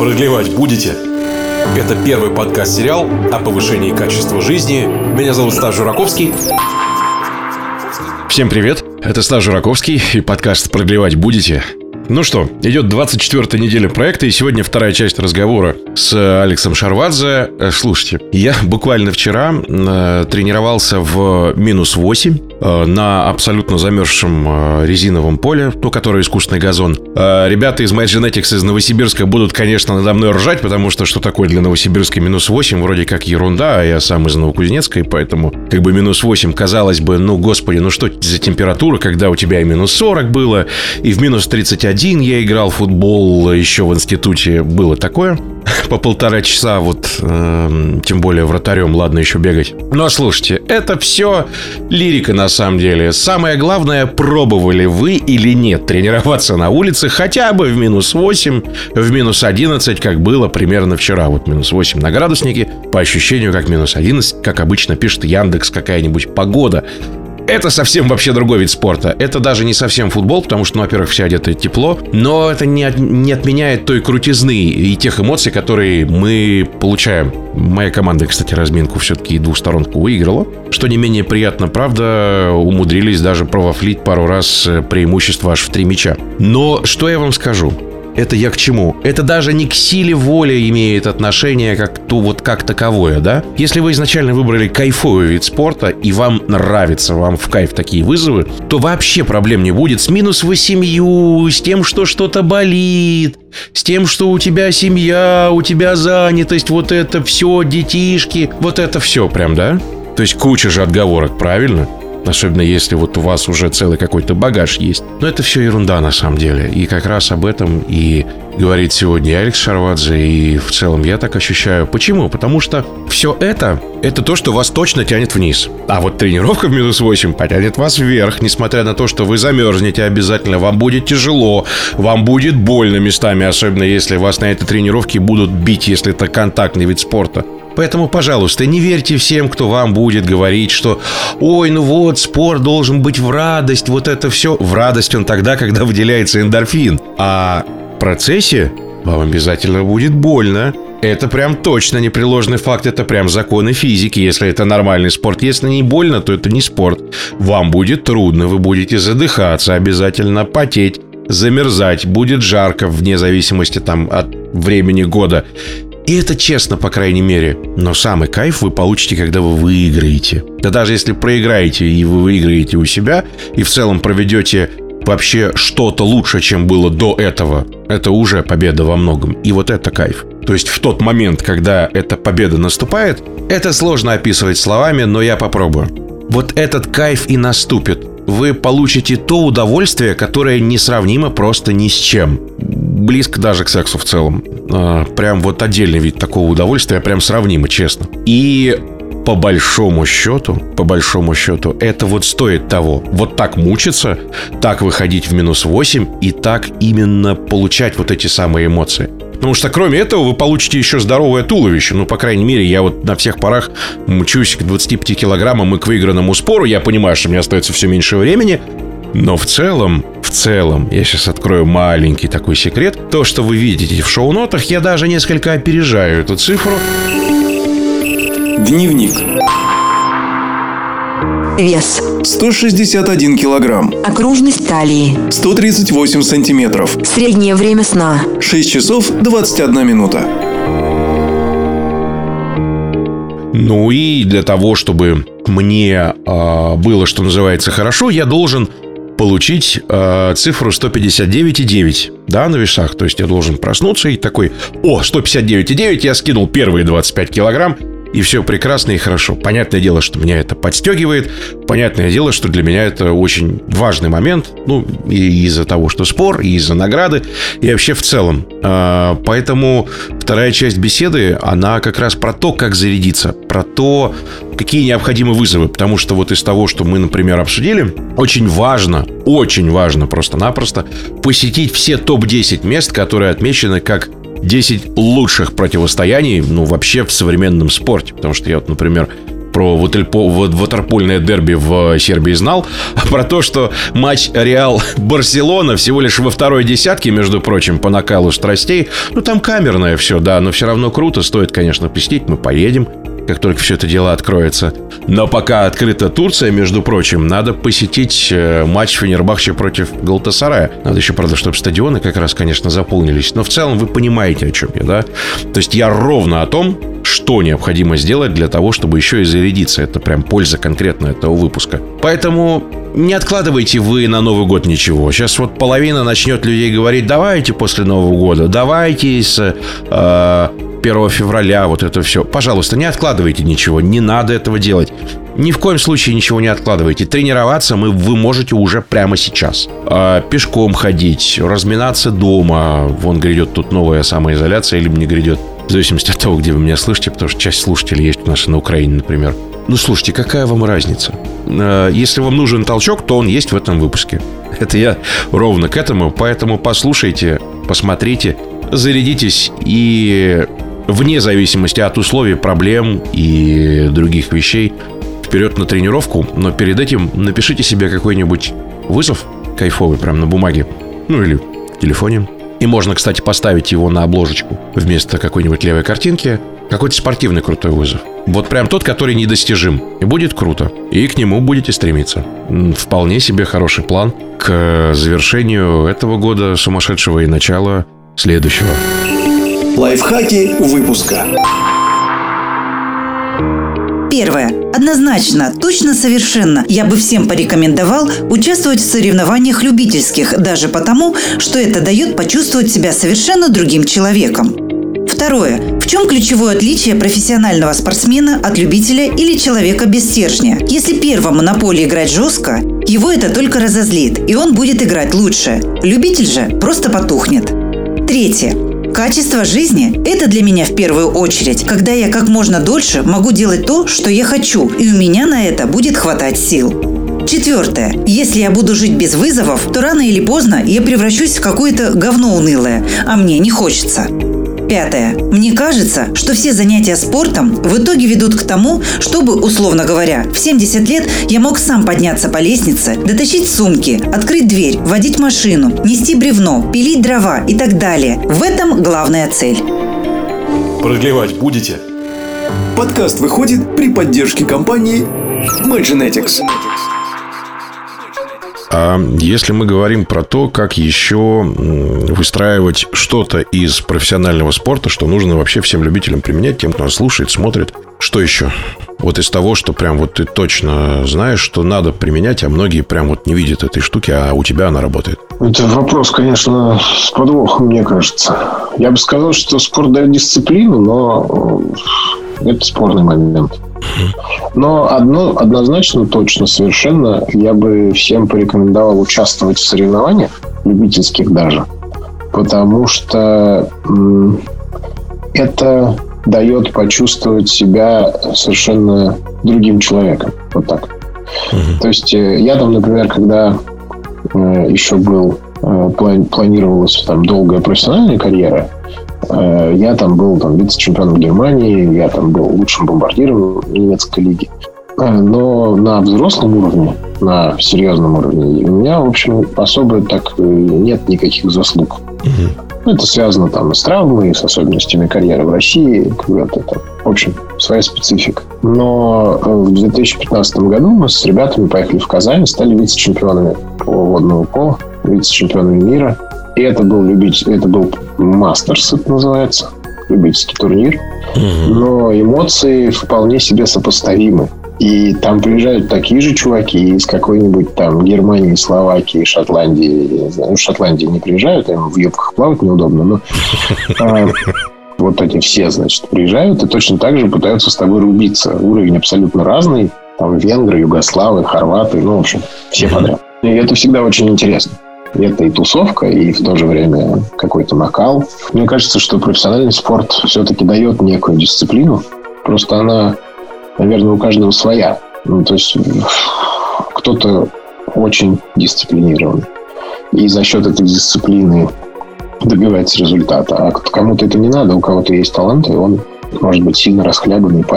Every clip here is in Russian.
Продлевать будете? Это первый подкаст-сериал о повышении качества жизни. Меня зовут Стас Жураковский. Всем привет, это Стас Жураковский и подкаст «Продлевать будете?». Ну что, идет 24-я неделя проекта, и сегодня вторая часть разговора с Алексом Шарвадзе. Слушайте, я буквально вчера тренировался в минус 8 на абсолютно замерзшем резиновом поле, которое искусственный газон. Ребята из My Genetics из Новосибирска будут, конечно, надо мной ржать, потому что такое для Новосибирска минус 8, вроде как ерунда, а я сам из Новокузнецка, и поэтому как бы минус 8, казалось бы, господи, что за температура, когда у тебя и минус 40 было, и в минус 31 я играл в футбол еще в институте, было такое. По 1,5 часа, тем более вратарем, ладно еще бегать. Но слушайте, это все лирика на самом деле. Самое главное, пробовали вы или нет тренироваться на улице хотя бы в минус 8, в минус 11, как было примерно вчера. Минус 8 на градуснике, по ощущению как минус 11, как обычно пишет Яндекс, какая-нибудь погода. Это совсем вообще другой вид спорта. Это даже не совсем футбол, потому что, во-первых, все одеты тепло. Но это не отменяет той крутизны и тех эмоций, которые мы получаем. Моя команда, кстати, разминку все-таки и двухсторонку выиграла. Что не менее приятно, правда, умудрились даже провафлить пару раз преимущество аж в 3 мяча. Но что я вам скажу? Это я к чему? Это даже не к силе воли имеет отношение как таковое, да? Если вы изначально выбрали кайфовый вид спорта и вам нравится, вам в кайф такие вызовы, то вообще проблем не будет с минус 8, с тем, что что-то болит, с тем, что у тебя семья, у тебя занятость, это все, детишки, это все прям, да? То есть куча же отговорок, правильно? Особенно если у вас уже целый какой-то багаж есть. Но это все ерунда на самом деле. И как раз об этом и говорит сегодня Алекс Шарвадзе. И в целом я так ощущаю. Почему? Потому что все это то, что вас точно тянет вниз. А тренировка в минус 8 потянет вас вверх. Несмотря на то, что вы замерзнете обязательно. Вам будет тяжело. Вам будет больно местами. Особенно если вас на этой тренировке будут бить, если это контактный вид спорта. Поэтому, пожалуйста, не верьте всем, кто вам будет говорить, что «Ой, спорт должен быть в радость, это все». В радость он тогда, когда выделяется эндорфин. А в процессе вам обязательно будет больно. Это прям точно непреложный факт, это прям законы физики, если это нормальный спорт. Если не больно, то это не спорт. Вам будет трудно, вы будете задыхаться, обязательно потеть, замерзать, будет жарко, вне зависимости от времени года. И это честно, по крайней мере. Но самый кайф вы получите, когда вы выиграете. Да даже если проиграете и вы выиграете у себя, и в целом проведете вообще что-то лучше, чем было до этого, это уже победа во многом. И это кайф. То есть в тот момент, когда эта победа наступает, это сложно описывать словами, но я попробую. Этот кайф и наступит. Вы получите то удовольствие, которое несравнимо просто ни с чем. Близко даже к сексу в целом. Прям отдельный вид такого удовольствия, прям сравнимо, честно. И по большому счету, это стоит того. Так мучиться, так выходить в минус 8 и так именно получать эти самые эмоции. Потому что кроме этого вы получите еще здоровое туловище. по крайней мере, я на всех парах мчусь к 25 килограммам и к выигранному спору. Я понимаю, что мне остается все меньше времени. Но в целом, я сейчас открою маленький такой секрет. То, что вы видите в шоу-нотах, я даже несколько опережаю эту цифру. Дневник. Вес 161 килограмм. Окружность талии 138 сантиметров. Среднее время сна 6 часов 21 минута. И для того, чтобы мне было, что называется, хорошо, я должен получить цифру 159,9, да, на весах. То есть я должен проснуться и такой: 159,9, я скинул первые 25 килограмм. И все прекрасно и хорошо. Понятное дело, что меня это подстегивает. Понятное дело, что для меня это очень важный момент. И из-за того, что спор, и из-за награды, и вообще в целом. Поэтому вторая часть беседы, она как раз про то, как зарядиться. Про то, какие необходимы вызовы. Потому что из того, что мы, например, обсудили, очень важно просто-напросто посетить все топ-10 мест, которые отмечены как 10 лучших противостояний, вообще в современном спорте. Потому что я например, про ватерпольное дерби в Сербии знал, а про то, что матч Реал-Барселона всего лишь во второй десятке, между прочим, по накалу страстей. Ну, там камерное все, да, но все равно круто. Стоит, конечно, посетить, мы поедем, как только все это дело откроется. Но пока открыта Турция, между прочим, надо посетить матч Фенербахче против Галатасарая. Надо еще, правда, чтобы стадионы как раз, конечно, заполнились. Но в целом вы понимаете, о чем я, да? То есть я ровно о том, что необходимо сделать для того, чтобы еще и зарядиться. Это прям польза конкретно этого выпуска. Поэтому не откладывайте вы на Новый год ничего. Сейчас вот половина начнет людей говорить: давайте после Нового года, давайте с 1 февраля вот это все. Пожалуйста, не откладывайте ничего, не надо этого делать. Ни в коем случае ничего не откладывайте. Тренироваться вы можете уже прямо сейчас. Пешком ходить, разминаться дома. Вон грядет тут новая самоизоляция, или не грядет, в зависимости от того, где вы меня слышите, потому что часть слушателей есть у нас на Украине, например. Ну, слушайте, какая вам разница? Если вам нужен толчок, то он есть в этом выпуске. Это я ровно к этому, поэтому послушайте, посмотрите, зарядитесь и вне зависимости от условий, проблем и других вещей вперед на тренировку. Но перед этим напишите себе какой-нибудь вызов кайфовый прям на бумаге, ну или в телефоне. И можно, кстати, поставить его на обложечку вместо какой-нибудь левой картинки. Какой-то спортивный крутой вызов. Вот прям тот, который недостижим. И будет круто. И к нему будете стремиться. Вполне себе хороший план к завершению этого года сумасшедшего и начала следующего. Лайфхаки выпуска. Первое. Однозначно, точно, совершенно. Я бы всем порекомендовал участвовать в соревнованиях любительских, даже потому, что это дает почувствовать себя совершенно другим человеком. Второе. В чем ключевое отличие профессионального спортсмена от любителя или человека без стержня? Если первому на поле играть жестко, его это только разозлит, и он будет играть лучше. Любитель же просто потухнет. Третье. Качество жизни – это для меня в первую очередь, когда я как можно дольше могу делать то, что я хочу, и у меня на это будет хватать сил. Четвертое. Если я буду жить без вызовов, то рано или поздно я превращусь в какое-то говно унылое, а мне не хочется. Пятое. Мне кажется, что все занятия спортом в итоге ведут к тому, чтобы, условно говоря, в 70 лет я мог сам подняться по лестнице, дотащить сумки, открыть дверь, водить машину, нести бревно, пилить дрова и так далее. В этом главная цель. Продлевать будете? Подкаст выходит при поддержке компании Mygenetics. А если мы говорим про то, как еще выстраивать что-то из профессионального спорта, что нужно вообще всем любителям применять, тем, кто нас слушает, смотрит, что еще? Вот из того, что прям вот ты точно знаешь, что надо применять, а многие прям вот не видят этой штуки, а у тебя она работает. Это вопрос, конечно, с подвохом, мне кажется. Я бы сказал, что спорт дает дисциплину, но это спорный момент. Но одно однозначно, точно, совершенно я бы всем порекомендовал участвовать в соревнованиях, любительских даже, потому что это дает почувствовать себя совершенно другим человеком. Вот так. То есть я там, например, когда еще планировалась там долгая профессиональная карьера, я там был вице-чемпионом Германии, я там был лучшим бомбардиром немецкой лиги. Но на взрослом уровне, на серьезном уровне, у меня, в общем, особо так нет никаких заслуг. Это связано там с травмой, с особенностями карьеры в России, когда-то там, в общем, своя специфика. Но в 2015 году мы с ребятами поехали в Казань, стали вице-чемпионами по водному полу, вице-чемпионами мира. И это был Мастерс, это называется, любительский турнир. Но эмоции вполне себе сопоставимы. И там приезжают такие же чуваки из какой-нибудь там Германии, Словакии, Шотландии. В Шотландии не приезжают, им в юбках плавать неудобно. Но вот эти все, значит, приезжают и точно так же пытаются с тобой рубиться. Уровень абсолютно разный. Там венгры, югославы, хорваты, в общем, все подряд. И это всегда очень интересно. Это и тусовка, и в то же время какой-то накал. Мне кажется, что профессиональный спорт все-таки дает некую дисциплину. Просто она, наверное, у каждого своя. То есть кто-то очень дисциплинирован. И за счет этой дисциплины добивается результата. А кому-то это не надо, у кого-то есть талант, и он может быть сильно расхлябанный парень.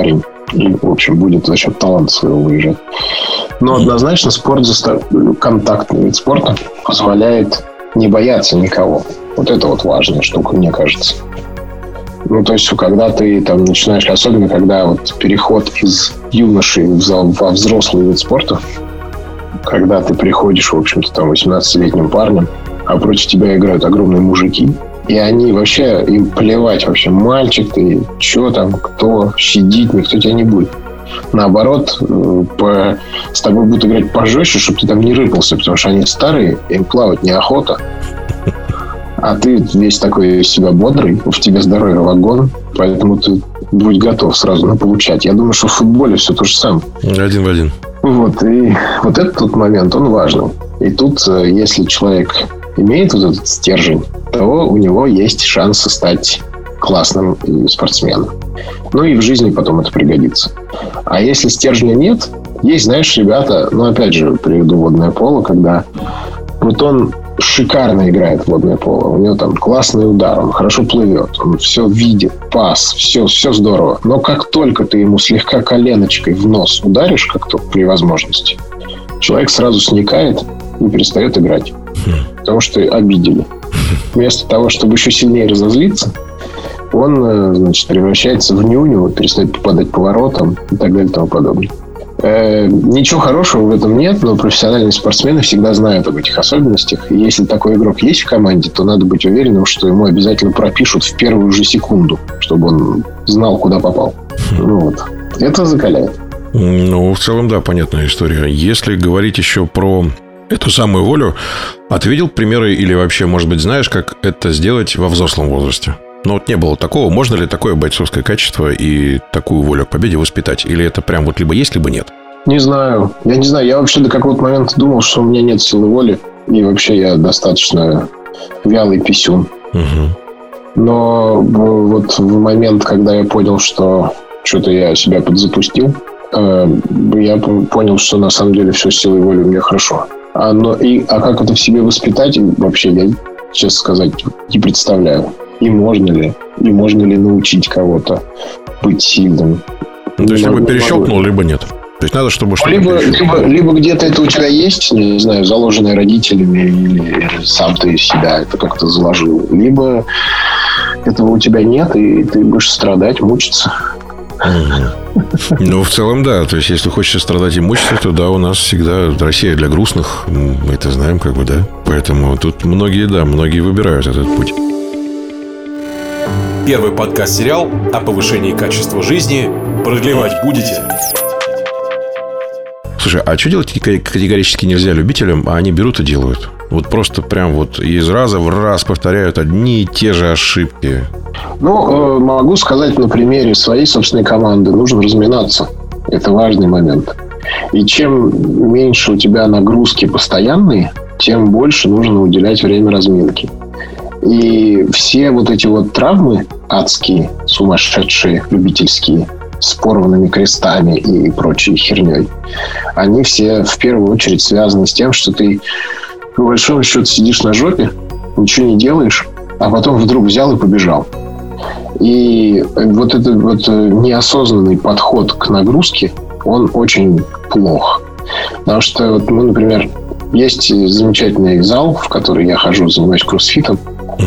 И, в общем, будет за счет таланта своего выезжать. Но однозначно контактный вид спорта позволяет не бояться никого. Вот это вот важная штука, мне кажется. Ну, то есть, когда ты там начинаешь, особенно когда вот переход из юноши во взрослый вид спорта, когда ты приходишь, в общем-то, там 18-летним парнем, а против тебя играют огромные мужики, и они вообще, им плевать вообще, мальчик ты, что там, кто, щадить, никто тебя не будет. Наоборот, с тобой будут играть пожестче, чтобы ты там не рыпался, потому что они старые, им плавать неохота. А ты весь такой из себя бодрый, в тебе здоровый вагон, поэтому ты будь готов сразу получать. Я думаю, что в футболе все то же самое. Один в один. Вот, и вот этот момент, он важный. И тут, если человек имеет вот этот стержень, то у него есть шансы стать классным спортсменом. Ну и в жизни потом это пригодится. А если стержня нет, есть, знаешь, ребята, ну опять же, приведу водное поло, когда вот он шикарно играет в водное поло. У него там классный удар, он хорошо плывет, он все видит, пас, все здорово. Но как только ты ему слегка коленочкой в нос ударишь, как то при возможности, человек сразу сникает и перестает играть. Потому что обидели. Вместо того, чтобы еще сильнее разозлиться, он, значит, превращается в нюню, перестает попадать по воротам и так далее и тому подобное. Ничего хорошего в этом нет, но профессиональные спортсмены всегда знают об этих особенностях. И если такой игрок есть в команде, то надо быть уверенным, что ему обязательно пропишут в первую же секунду, чтобы он знал, куда попал. Ну вот. Это закаляет. Ну, в целом, да, понятная история. Если говорить еще про эту самую волю, а ты видел примеры или вообще, может быть, знаешь, как это сделать во взрослом возрасте? Ну, вот не было такого. Можно ли такое бойцовское качество и такую волю к победе воспитать? Или это прям вот либо есть, либо нет? Не знаю. Я не знаю. Я вообще до какого-то момента думал, что у меня нет силы воли. И вообще я достаточно вялый писюн. Угу. Но вот в момент, когда я понял, что что-то я себя подзапустил, я понял, что на самом деле все с силой воли у меня хорошо. А как это в себе воспитать, вообще я, честно сказать, не представляю. И можно ли научить кого-то быть сильным? То есть, либо перещелкнул, либо нет. То есть, надо, чтобы что-то либо где-то это у тебя есть, не знаю, заложенное родителями, или сам ты себя это как-то заложил. Либо этого у тебя нет, и ты будешь страдать, мучиться. Ну, в целом, да. То есть, если хочешь страдать и мучиться, то да, у нас всегда Россия для грустных. Мы это знаем, как бы, да. Поэтому тут многие выбирают этот путь. Первый подкаст-сериал о повышении качества жизни. Продлевать будете? Слушай, а что делать категорически нельзя любителям, а они берут и делают? Вот просто прям вот из раза в раз повторяют одни и те же ошибки. Ну, могу сказать на примере своей собственной команды. Нужно разминаться. Это важный момент. И чем меньше у тебя нагрузки постоянные, тем больше нужно уделять время разминке. И все вот эти вот травмы адские, сумасшедшие, любительские, с порванными крестами и прочей херней, они все в первую очередь связаны с тем, что ты по большому счету сидишь на жопе, ничего не делаешь, а потом вдруг взял и побежал. И вот этот вот неосознанный подход к нагрузке, он очень плох. Потому что, вот, например, есть замечательный зал, в который я хожу, занимаюсь кроссфитом.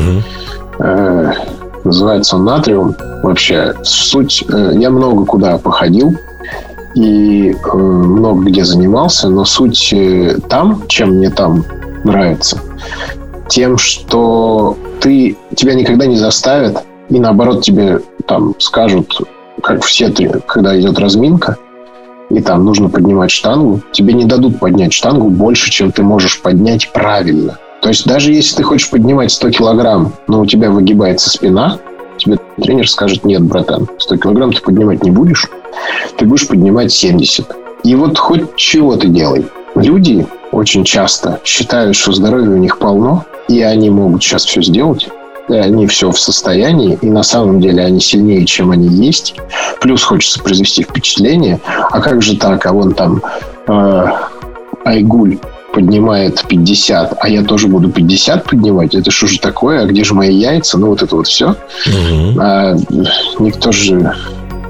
Называется он «Натриум». Вообще, суть... Я много куда походил и много где занимался, но суть там, чем мне там нравится, тем, что тебя никогда не заставят, и наоборот тебе там скажут, как все, когда идет разминка, и там нужно поднимать штангу, тебе не дадут поднять штангу больше, чем ты можешь поднять правильно. То есть даже если ты хочешь поднимать 100 килограмм, но у тебя выгибается спина, тебе тренер скажет: нет, братан, 100 килограмм ты поднимать не будешь, ты будешь поднимать 70. И вот хоть чего ты делай. Люди очень часто считают, что здоровья у них полно, и они могут сейчас все сделать, и они все в состоянии, и на самом деле они сильнее, чем они есть. Плюс хочется произвести впечатление: а как же так, а вон там Айгуль поднимает 50, а я тоже буду 50 поднимать. Это что же такое? А где же мои яйца? Ну, вот это вот все. Никто же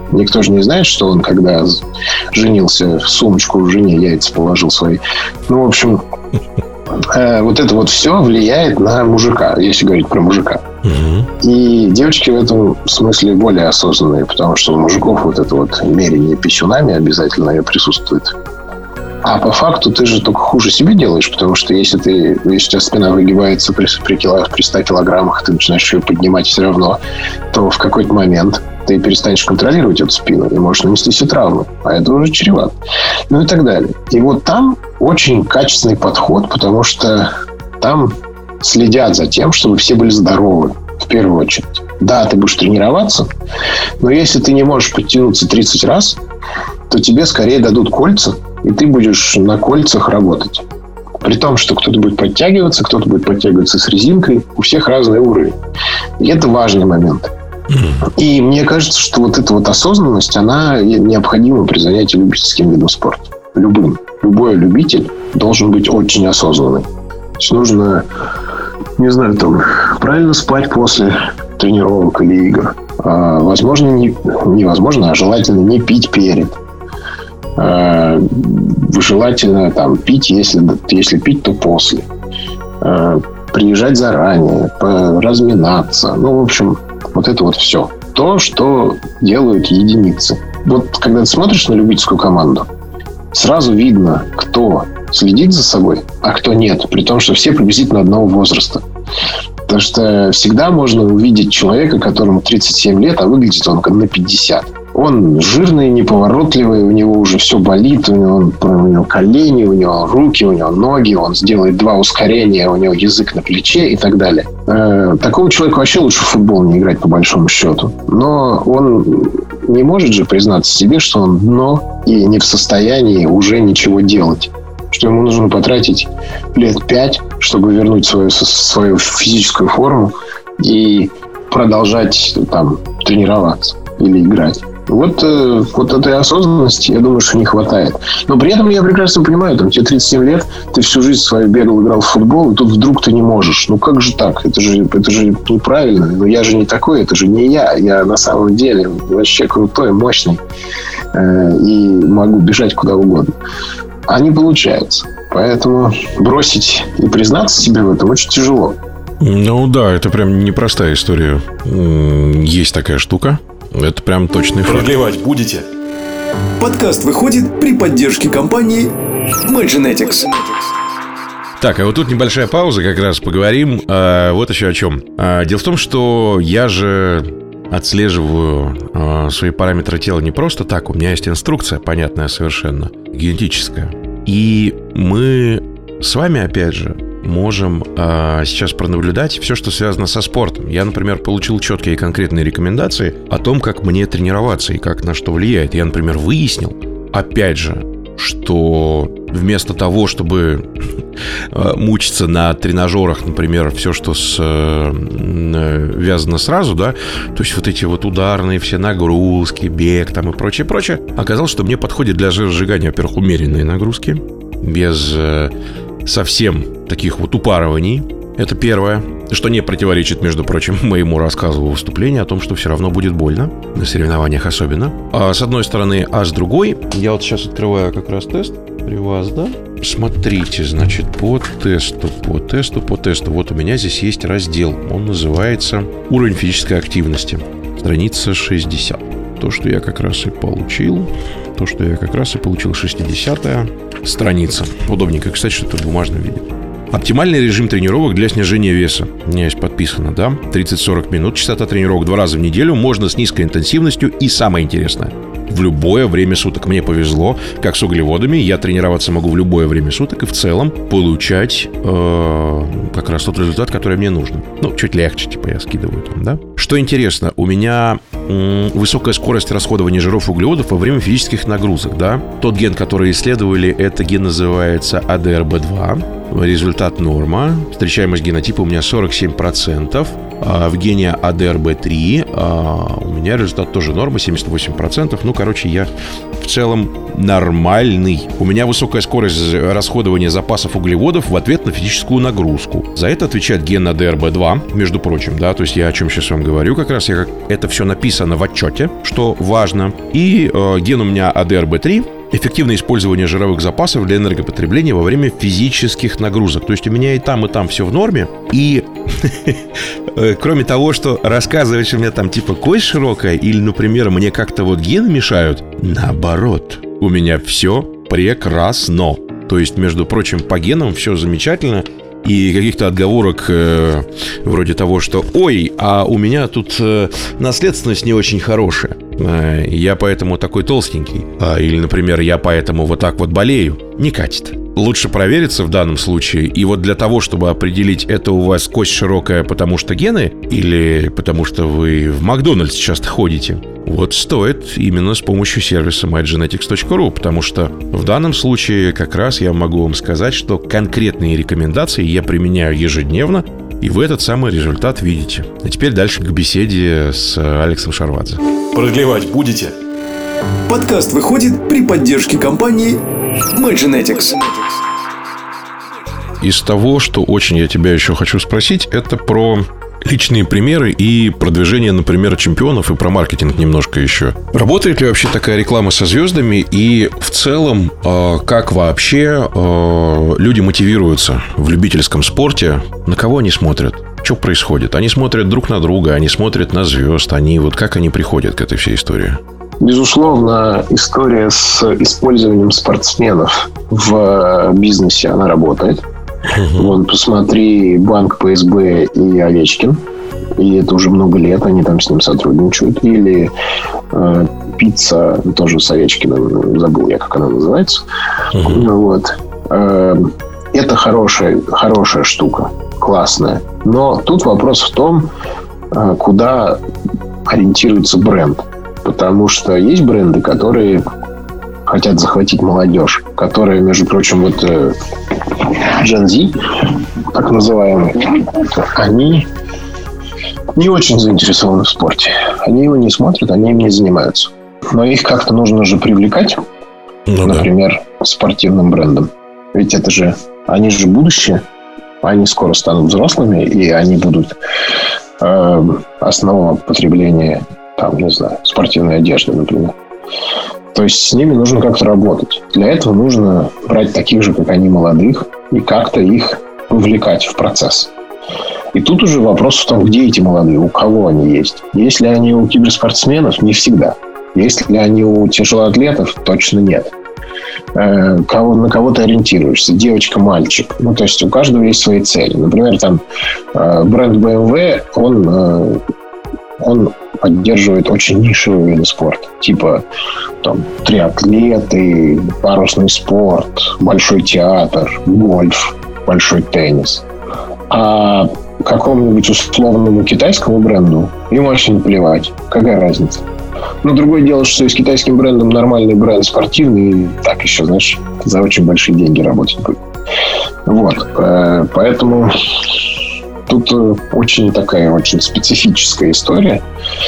Никто же не знает, что он, когда женился, в сумочку жене яйца положил свои. Ну, в общем, вот это вот все влияет на мужика, если говорить про мужика. И девочки в этом смысле более осознанные, потому что у мужиков вот это вот мерение писюнами обязательно присутствует. А по факту ты же только хуже себе делаешь, потому что если у тебя спина выгибается при 100 килограммах, ты начинаешь ее поднимать все равно, то в какой-то момент ты перестанешь контролировать эту спину и можешь нанести себе травму. А это уже чревато. Ну и так далее. И вот там очень качественный подход, потому что там следят за тем, чтобы все были здоровы, в первую очередь. Да, ты будешь тренироваться, но если ты не можешь подтянуться 30 раз, то тебе скорее дадут кольца, и ты будешь на кольцах работать. При том, что кто-то будет подтягиваться с резинкой, у всех разный уровень. И это важный момент. И мне кажется, что вот эта вот осознанность, она необходима при занятии любительским видом спорта. Любым. Любой любитель должен быть очень осознанный. То есть нужно, не знаю, правильно спать после тренировок или игр. Возможно, невозможно, а желательно не пить перед. Желательно пить, если пить, то после. Приезжать заранее, разминаться. Ну, в общем, вот это вот все. То, что делают единицы. Вот когда ты смотришь на любительскую команду, сразу видно, кто следит за собой, а кто нет. При том, что все приблизительно одного возраста. Потому что всегда можно увидеть человека, которому 37 лет, а выглядит он на 50. Он жирный, неповоротливый, у него уже все болит, у него колени, у него руки, у него ноги, он сделает 2 ускорения, у него язык на плече и так далее. Такого человека вообще лучше в футбол не играть, по большому счету. Но он не может же признаться себе, что он дно и не в состоянии уже ничего делать. Что ему нужно потратить лет 5, чтобы вернуть свою физическую форму и продолжать тренироваться или играть. Вот этой осознанности, я думаю, что не хватает. Но при этом я прекрасно понимаю, тебе 37 лет, ты всю жизнь свою бегал, играл в футбол, и тут вдруг ты не можешь. Ну как же так? Это же неправильно. Но я же не такой, это же не я. Я на самом деле вообще крутой, мощный. И могу бежать куда угодно. А не получается. Поэтому бросить и признаться себе в этом очень тяжело. Ну да, это прям непростая история. Есть такая штука. Это прям точный факт. Продлевать будете? Подкаст выходит при поддержке компании Magenetics. Так, а вот тут небольшая пауза, как раз поговорим. Вот еще о чем. Дело в том, что я же отслеживаю свои параметры тела не просто так. У меня есть инструкция, понятная совершенно, генетическая. И мы с вами, опять же, можем сейчас пронаблюдать все, что связано со спортом. Я, например, получил четкие и конкретные рекомендации о том, как мне тренироваться и как на что влияет. Я, например, выяснил, опять же, что вместо того, чтобы мучиться на тренажерах, например, все, что связано сразу, да, то есть вот эти вот ударные все нагрузки, бег там и прочее, оказалось, что мне подходит для жиросжигания, во-первых, умеренные нагрузки, без совсем таких вот упарываний. Это первое, что не противоречит, между прочим, моему рассказу в выступлении о том, что все равно будет больно, на соревнованиях особенно. С одной стороны, а с другой, я вот сейчас открываю как раз тест при вас, да? Смотрите, значит, по тесту. Вот у меня здесь есть раздел, он называется «Уровень физической активности», страница 60. То, что я как раз и получил, 60-я страница. Удобненько, кстати, что это в бумажном виде. Оптимальный режим тренировок для снижения веса. У меня есть подписано, да? 30-40 минут, частота тренировок 2 раза в неделю, можно с низкой интенсивностью и, самое интересное, в любое время суток. Мне повезло, как с углеводами, я тренироваться могу в любое время суток и в целом получать как раз тот результат, который мне нужен. Ну, чуть легче, я скидываю там, да? Что интересно, у меня высокая скорость расходования жиров и углеводов во время физических нагрузок, да? Тот ген, который исследовали, это ген называется ADRB2. Результат норма. Встречаемость генотипа у меня 47%. в гене ADRB3 у меня результат тоже норма, 78%. Ну, короче, я в целом нормальный. У меня высокая скорость расходования запасов углеводов в ответ на физическую нагрузку. За это отвечает ген ADRB2, между прочим, да, то есть я о чем сейчас вам говорю, как раз это все написано в отчете, что важно. И ген у меня ADRB3. Эффективное использование жировых запасов для энергопотребления во время физических нагрузок. То есть у меня и там все в норме. И кроме того, что рассказывать, что у меня там типа кость широкая, или, например, мне как-то вот гены мешают, наоборот, у меня все прекрасно. То есть, между прочим, по генам все замечательно. И каких-то отговорок вроде того, что «Ой, а у меня тут наследственность не очень хорошая, я поэтому такой толстенький», или, например, «Я поэтому вот так вот болею», не катит. Лучше провериться в данном случае. И вот для того, чтобы определить, это у вас кость широкая, потому что гены, или потому что вы в Макдональдс часто ходите, вот стоит именно с помощью сервиса mygenetics.ru, потому что в данном случае как раз я могу вам сказать, что конкретные рекомендации я применяю ежедневно, и вы этот самый результат видите. А теперь дальше к беседе с Алексом Шарвадзе. Продлевать будете? Подкаст выходит при поддержке компании mygenetics. Из того, что очень я тебя еще хочу спросить, это про личные примеры и продвижение, например, чемпионов, и про маркетинг немножко еще. Работает ли вообще такая реклама со звездами? И в целом, как вообще люди мотивируются в любительском спорте? На кого они смотрят? Что происходит? Они смотрят друг на друга, они смотрят на звезд. Вот как они приходят к этой всей истории? Безусловно, история с использованием спортсменов в бизнесе, она работает. Вон, посмотри, банк ПСБ и Овечкин. И это уже много лет, они там с ним сотрудничают. Или пицца тоже с Овечкиным, забыл я, как она называется. Вот. Это хорошая штука, классная. Но тут вопрос в том, куда ориентируется бренд. Потому что есть бренды, которые хотят захватить молодежь, которые, между прочим, вот Gen Z, так называемые, они не очень заинтересованы в спорте. Они его не смотрят, они им не занимаются. Но их как-то нужно же привлекать, например, спортивным брендом. Ведь это же, они же будущее, они скоро станут взрослыми, и они будут основного потребления, там, не знаю, спортивной одежды, например. То есть с ними нужно как-то работать. Для этого нужно брать таких же, как они, молодых, и как-то их вовлекать в процесс. И тут уже вопрос в том, где эти молодые, у кого они есть. Если они у киберспортсменов, не всегда. Если они у тяжелоатлетов, точно нет. На кого ты ориентируешься? Девочка, мальчик. Ну, то есть у каждого есть свои цели. Например, там бренд BMW, он поддерживает очень нишевые виды спорта. Типа там триатлеты, парусный спорт, большой театр, гольф, большой теннис. А какому-нибудь условному китайскому бренду им вообще не плевать. Какая разница? Но другое дело, что и с китайским брендом нормальный бренд спортивный, и так еще, знаешь, за очень большие деньги работать будет. Вот. Поэтому тут очень специфическая история,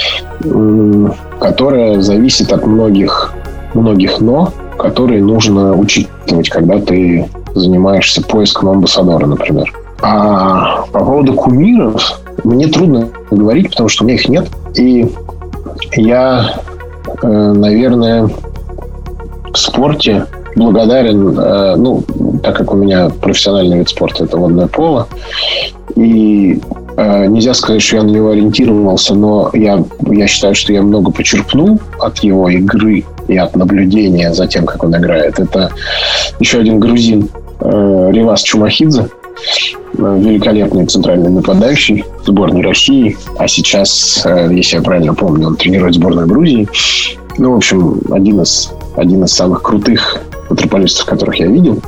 которая зависит от многих «но», которые нужно учитывать, когда ты занимаешься поиском амбассадора, например. А по поводу кумиров мне трудно говорить, потому что у меня их нет. И я, наверное, в спорте благодарен, так как у меня профессиональный вид спорта – это водное поло, и нельзя сказать, что я на него ориентировался, но я считаю, что я много почерпнул от его игры и от наблюдения за тем, как он играет. Это еще один грузин, Ривас Чумахидзе, великолепный центральный нападающий сборной России, а сейчас, если я правильно помню, он тренирует сборную Грузии. Ну, в общем, один из самых крутых ватерполистов, которых я видел.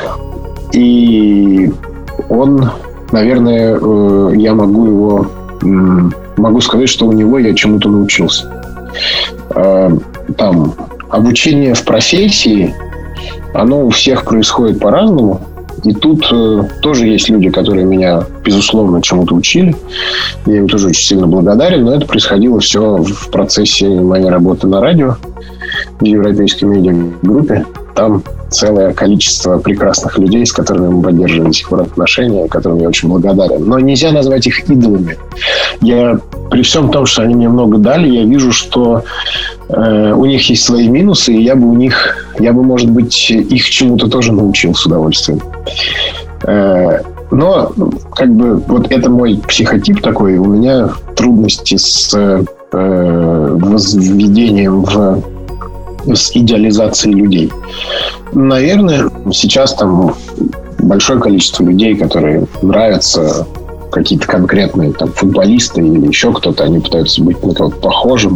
И он, наверное, я могу сказать, что у него я чему-то научился. Там обучение в профессии, оно у всех происходит по-разному. И тут тоже есть люди, которые меня, безусловно, чему-то учили. Я им тоже очень сильно благодарен. Но это происходило все в процессе моей работы на радио в европейской медиагруппе. Там целое количество прекрасных людей, с которыми мы поддерживаем до сих пор отношения, которым я очень благодарен. Но нельзя назвать их идолами. Я, при всем том, что они мне много дали, я вижу, что у них есть свои минусы, и я бы, может быть, их чему-то тоже научил с удовольствием. Но, как бы, вот это мой психотип такой. У меня трудности с возведением с идеализацией людей. Наверное, сейчас там большое количество людей, которые нравятся, какие-то конкретные там футболисты или еще кто-то, они пытаются быть на кого-то похожим.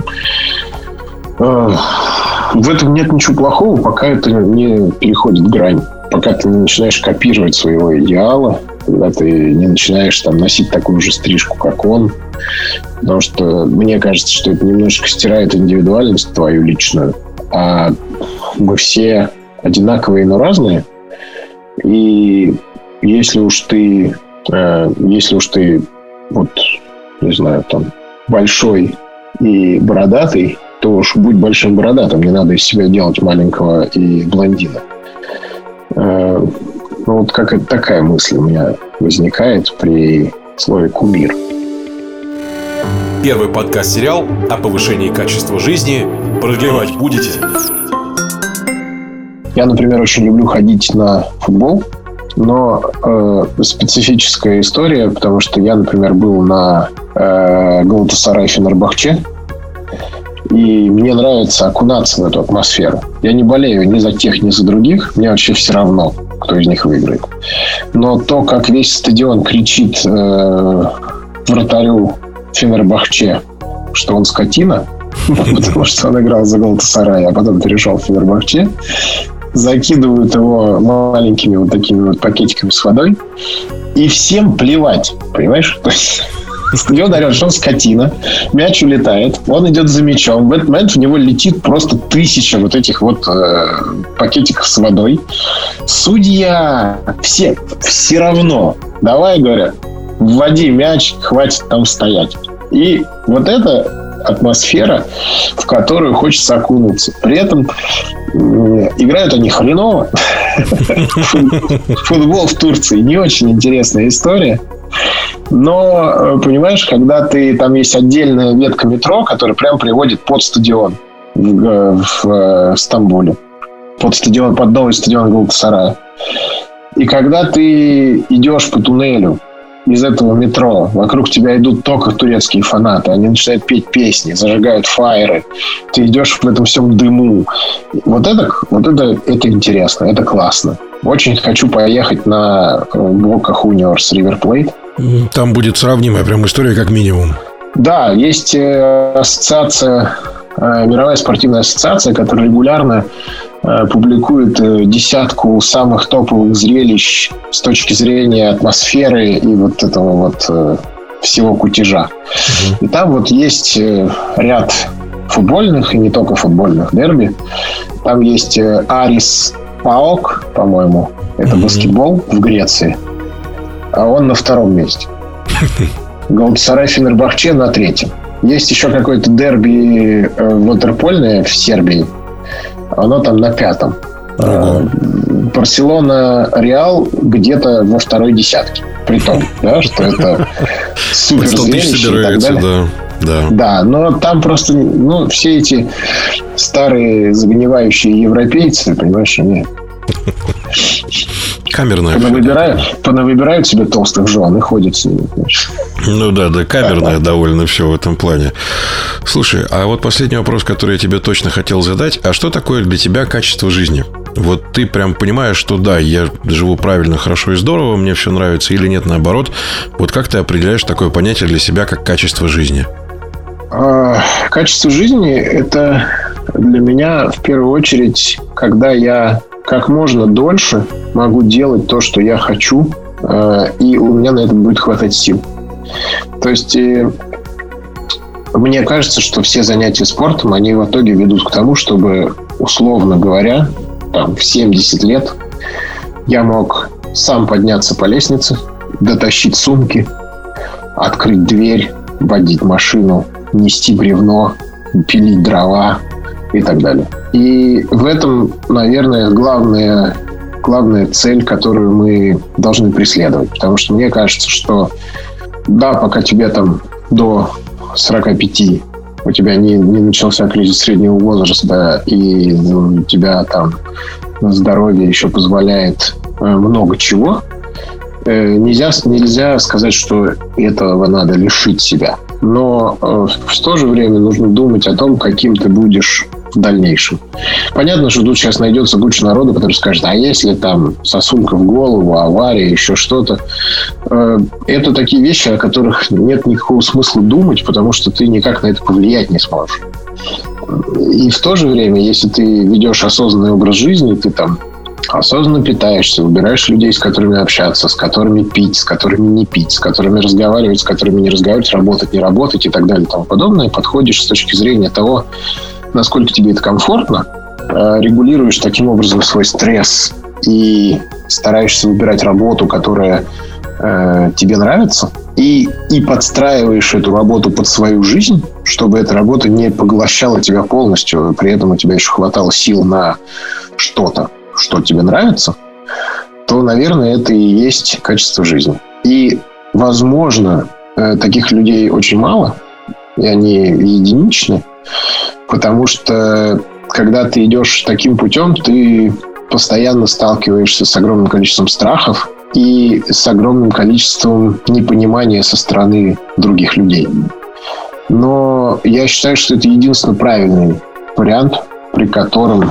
В этом нет ничего плохого, пока это не переходит грань. Пока ты не начинаешь копировать своего идеала, когда ты не начинаешь там носить такую же стрижку, как он. Потому что мне кажется, что это немножко стирает индивидуальность твою личную. А мы все одинаковые, но разные. И если уж ты вот, не знаю, там, большой и бородатый, то уж будь большим бородатым. Не надо из себя делать маленького и блондина. Ну, вот такая мысль у меня возникает при слове «кумир». Первый подкаст-сериал о повышении качества жизни. Продлевать будете? Я, например, очень люблю ходить на футбол, но специфическая история, потому что я, например, был на Галатасарай Фенербахче, и мне нравится окунаться в эту атмосферу. Я не болею ни за тех, ни за других, мне вообще все равно, кто из них выиграет. Но то, как весь стадион кричит вратарю Фенербахче, что он скотина, потому что он играл за Галатасарай, а потом перешел в Фенербахче, закидывают его маленькими вот такими вот пакетиками с водой, и всем плевать, понимаешь? То есть стадион орет, что он скотина, мяч улетает, он идет за мячом, в этот момент в него летит просто 1000 вот этих вот пакетиков с водой. Судья, все равно, давай, говорят, вводи мяч, хватит там стоять. И вот эта атмосфера, в которую хочется окунуться. При этом играют они хреново. Футбол в Турции не очень интересная история. Но, понимаешь, когда там есть отдельная ветка метро, которая прям приводит под стадион в Стамбуле. Под новый стадион Галатасарая. И когда ты идешь по туннелю из этого метро, вокруг тебя идут только турецкие фанаты. Они начинают петь песни, зажигают фаеры. Ты идешь в этом всем дыму. Вот это интересно, это классно. Очень хочу поехать на Бока Хуниорс Ривер Плейт. Там будет сравнимая прям история как минимум. Да, есть ассоциация, мировая спортивная ассоциация, которая регулярно публикует десятку самых топовых зрелищ с точки зрения атмосферы и вот этого вот всего кутежа. И там вот есть ряд футбольных и не только футбольных дерби. Там есть Арис ПАОК, по-моему, это баскетбол в Греции, а он на 2-м месте. Галатасарай Фенербахче на 3-м. Есть еще какое-то дерби ватерпольное в Сербии. Оно там на 5-м. Барселона Реал где-то во 2-й десятке. Притом, да, что это супер зрелище и так далее. Да, но там просто все эти старые загнивающие европейцы, понимаешь, они камерная. Понавыбирают себе толстых жен и ходят с ними. Ну да, камерная довольно все в этом плане. Слушай, а вот последний вопрос, который я тебе точно хотел задать. А что такое для тебя качество жизни? Вот ты прям понимаешь, что да, я живу правильно, хорошо и здорово, мне все нравится, или нет, наоборот. Вот как ты определяешь такое понятие для себя, как качество жизни? Качество жизни – это для меня в первую очередь, когда я как можно дольше могу делать то, что я хочу, и у меня на это будет хватать сил. То есть мне кажется, что все занятия спортом, они в итоге ведут к тому, чтобы, условно говоря, там, в 70 лет я мог сам подняться по лестнице, дотащить сумки, открыть дверь, водить машину, нести бревно, пилить дрова и так далее. И в этом, наверное, главная цель, которую мы должны преследовать. Потому что мне кажется, что да, пока тебе там до 45 у тебя не начался кризис среднего возраста, и у тебя там здоровье еще позволяет много чего, нельзя сказать, что этого надо лишить себя. Но в то же время нужно думать о том, каким ты будешь в дальнейшем. Понятно, что тут сейчас найдется куча народа, который скажет, а если там сосулька в голову, авария, еще что-то. Это такие вещи, о которых нет никакого смысла думать, потому что ты никак на это повлиять не сможешь. И в то же время, если ты ведешь осознанный образ жизни, ты там осознанно питаешься, выбираешь людей, с которыми общаться, с которыми пить, с которыми не пить, с которыми разговаривать, с которыми не разговаривать, работать, не работать и так далее и тому подобное, подходишь с точки зрения того, насколько тебе это комфортно, регулируешь таким образом свой стресс и стараешься выбирать работу, которая тебе нравится, и подстраиваешь эту работу под свою жизнь, чтобы эта работа не поглощала тебя полностью, при этом у тебя еще хватало сил на что-то, что тебе нравится, то, наверное, это и есть качество жизни. И, возможно, таких людей очень мало, и они единичны, потому что, когда ты идешь таким путем, ты постоянно сталкиваешься с огромным количеством страхов и с огромным количеством непонимания со стороны других людей. Но я считаю, что это единственно правильный вариант, при котором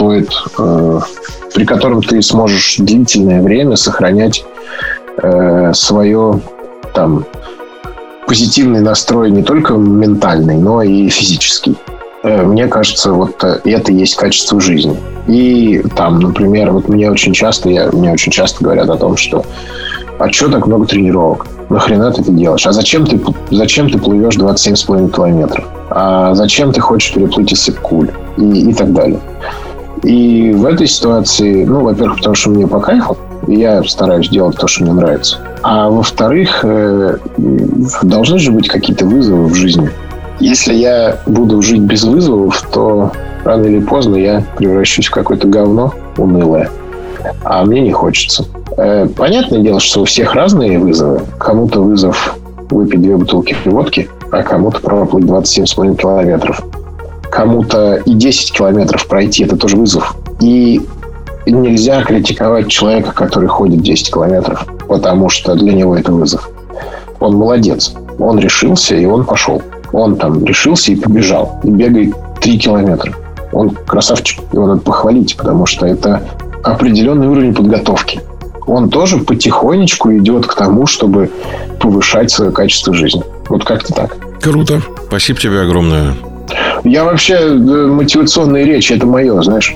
ты сможешь длительное время сохранять свое там позитивный настрой не только ментальный, но и физический. Мне кажется, вот это и есть качество жизни. И там, например, вот мне очень часто говорят о том, что а что так много тренировок? Нахрена ты это делаешь? А зачем ты плывешь 27,5 километров? А зачем ты хочешь переплыть Иссык-Куль? И так далее. И в этой ситуации, во-первых, потому что мне по кайфу, и я стараюсь делать то, что мне нравится. А во-вторых, должны же быть какие-то вызовы в жизни. Если я буду жить без вызовов, то рано или поздно я превращусь в какое-то говно унылое. А мне не хочется. Понятное дело, что у всех разные вызовы. Кому-то вызов выпить 2 бутылки водки, а кому-то проплыть 27,5 километров. Кому-то и 10 километров пройти – это тоже вызов. И нельзя критиковать человека, который ходит 10 километров, потому что для него это вызов. Он молодец. Он решился, и он пошел. Он там решился и побежал. И бегает 3 километра. Он красавчик. Его надо похвалить, потому что это определенный уровень подготовки. Он тоже потихонечку идет к тому, чтобы повышать свое качество жизни. Вот как-то так. Круто. Спасибо тебе огромное. Я вообще мотивационные речи, это мое, знаешь.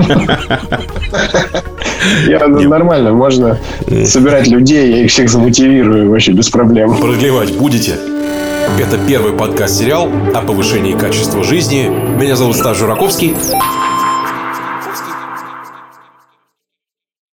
Я нормально, можно собирать людей, я их всех замотивирую вообще без проблем. Продлевать будете? Это первый подкаст-сериал о повышении качества жизни. Меня зовут Стас Жураковский.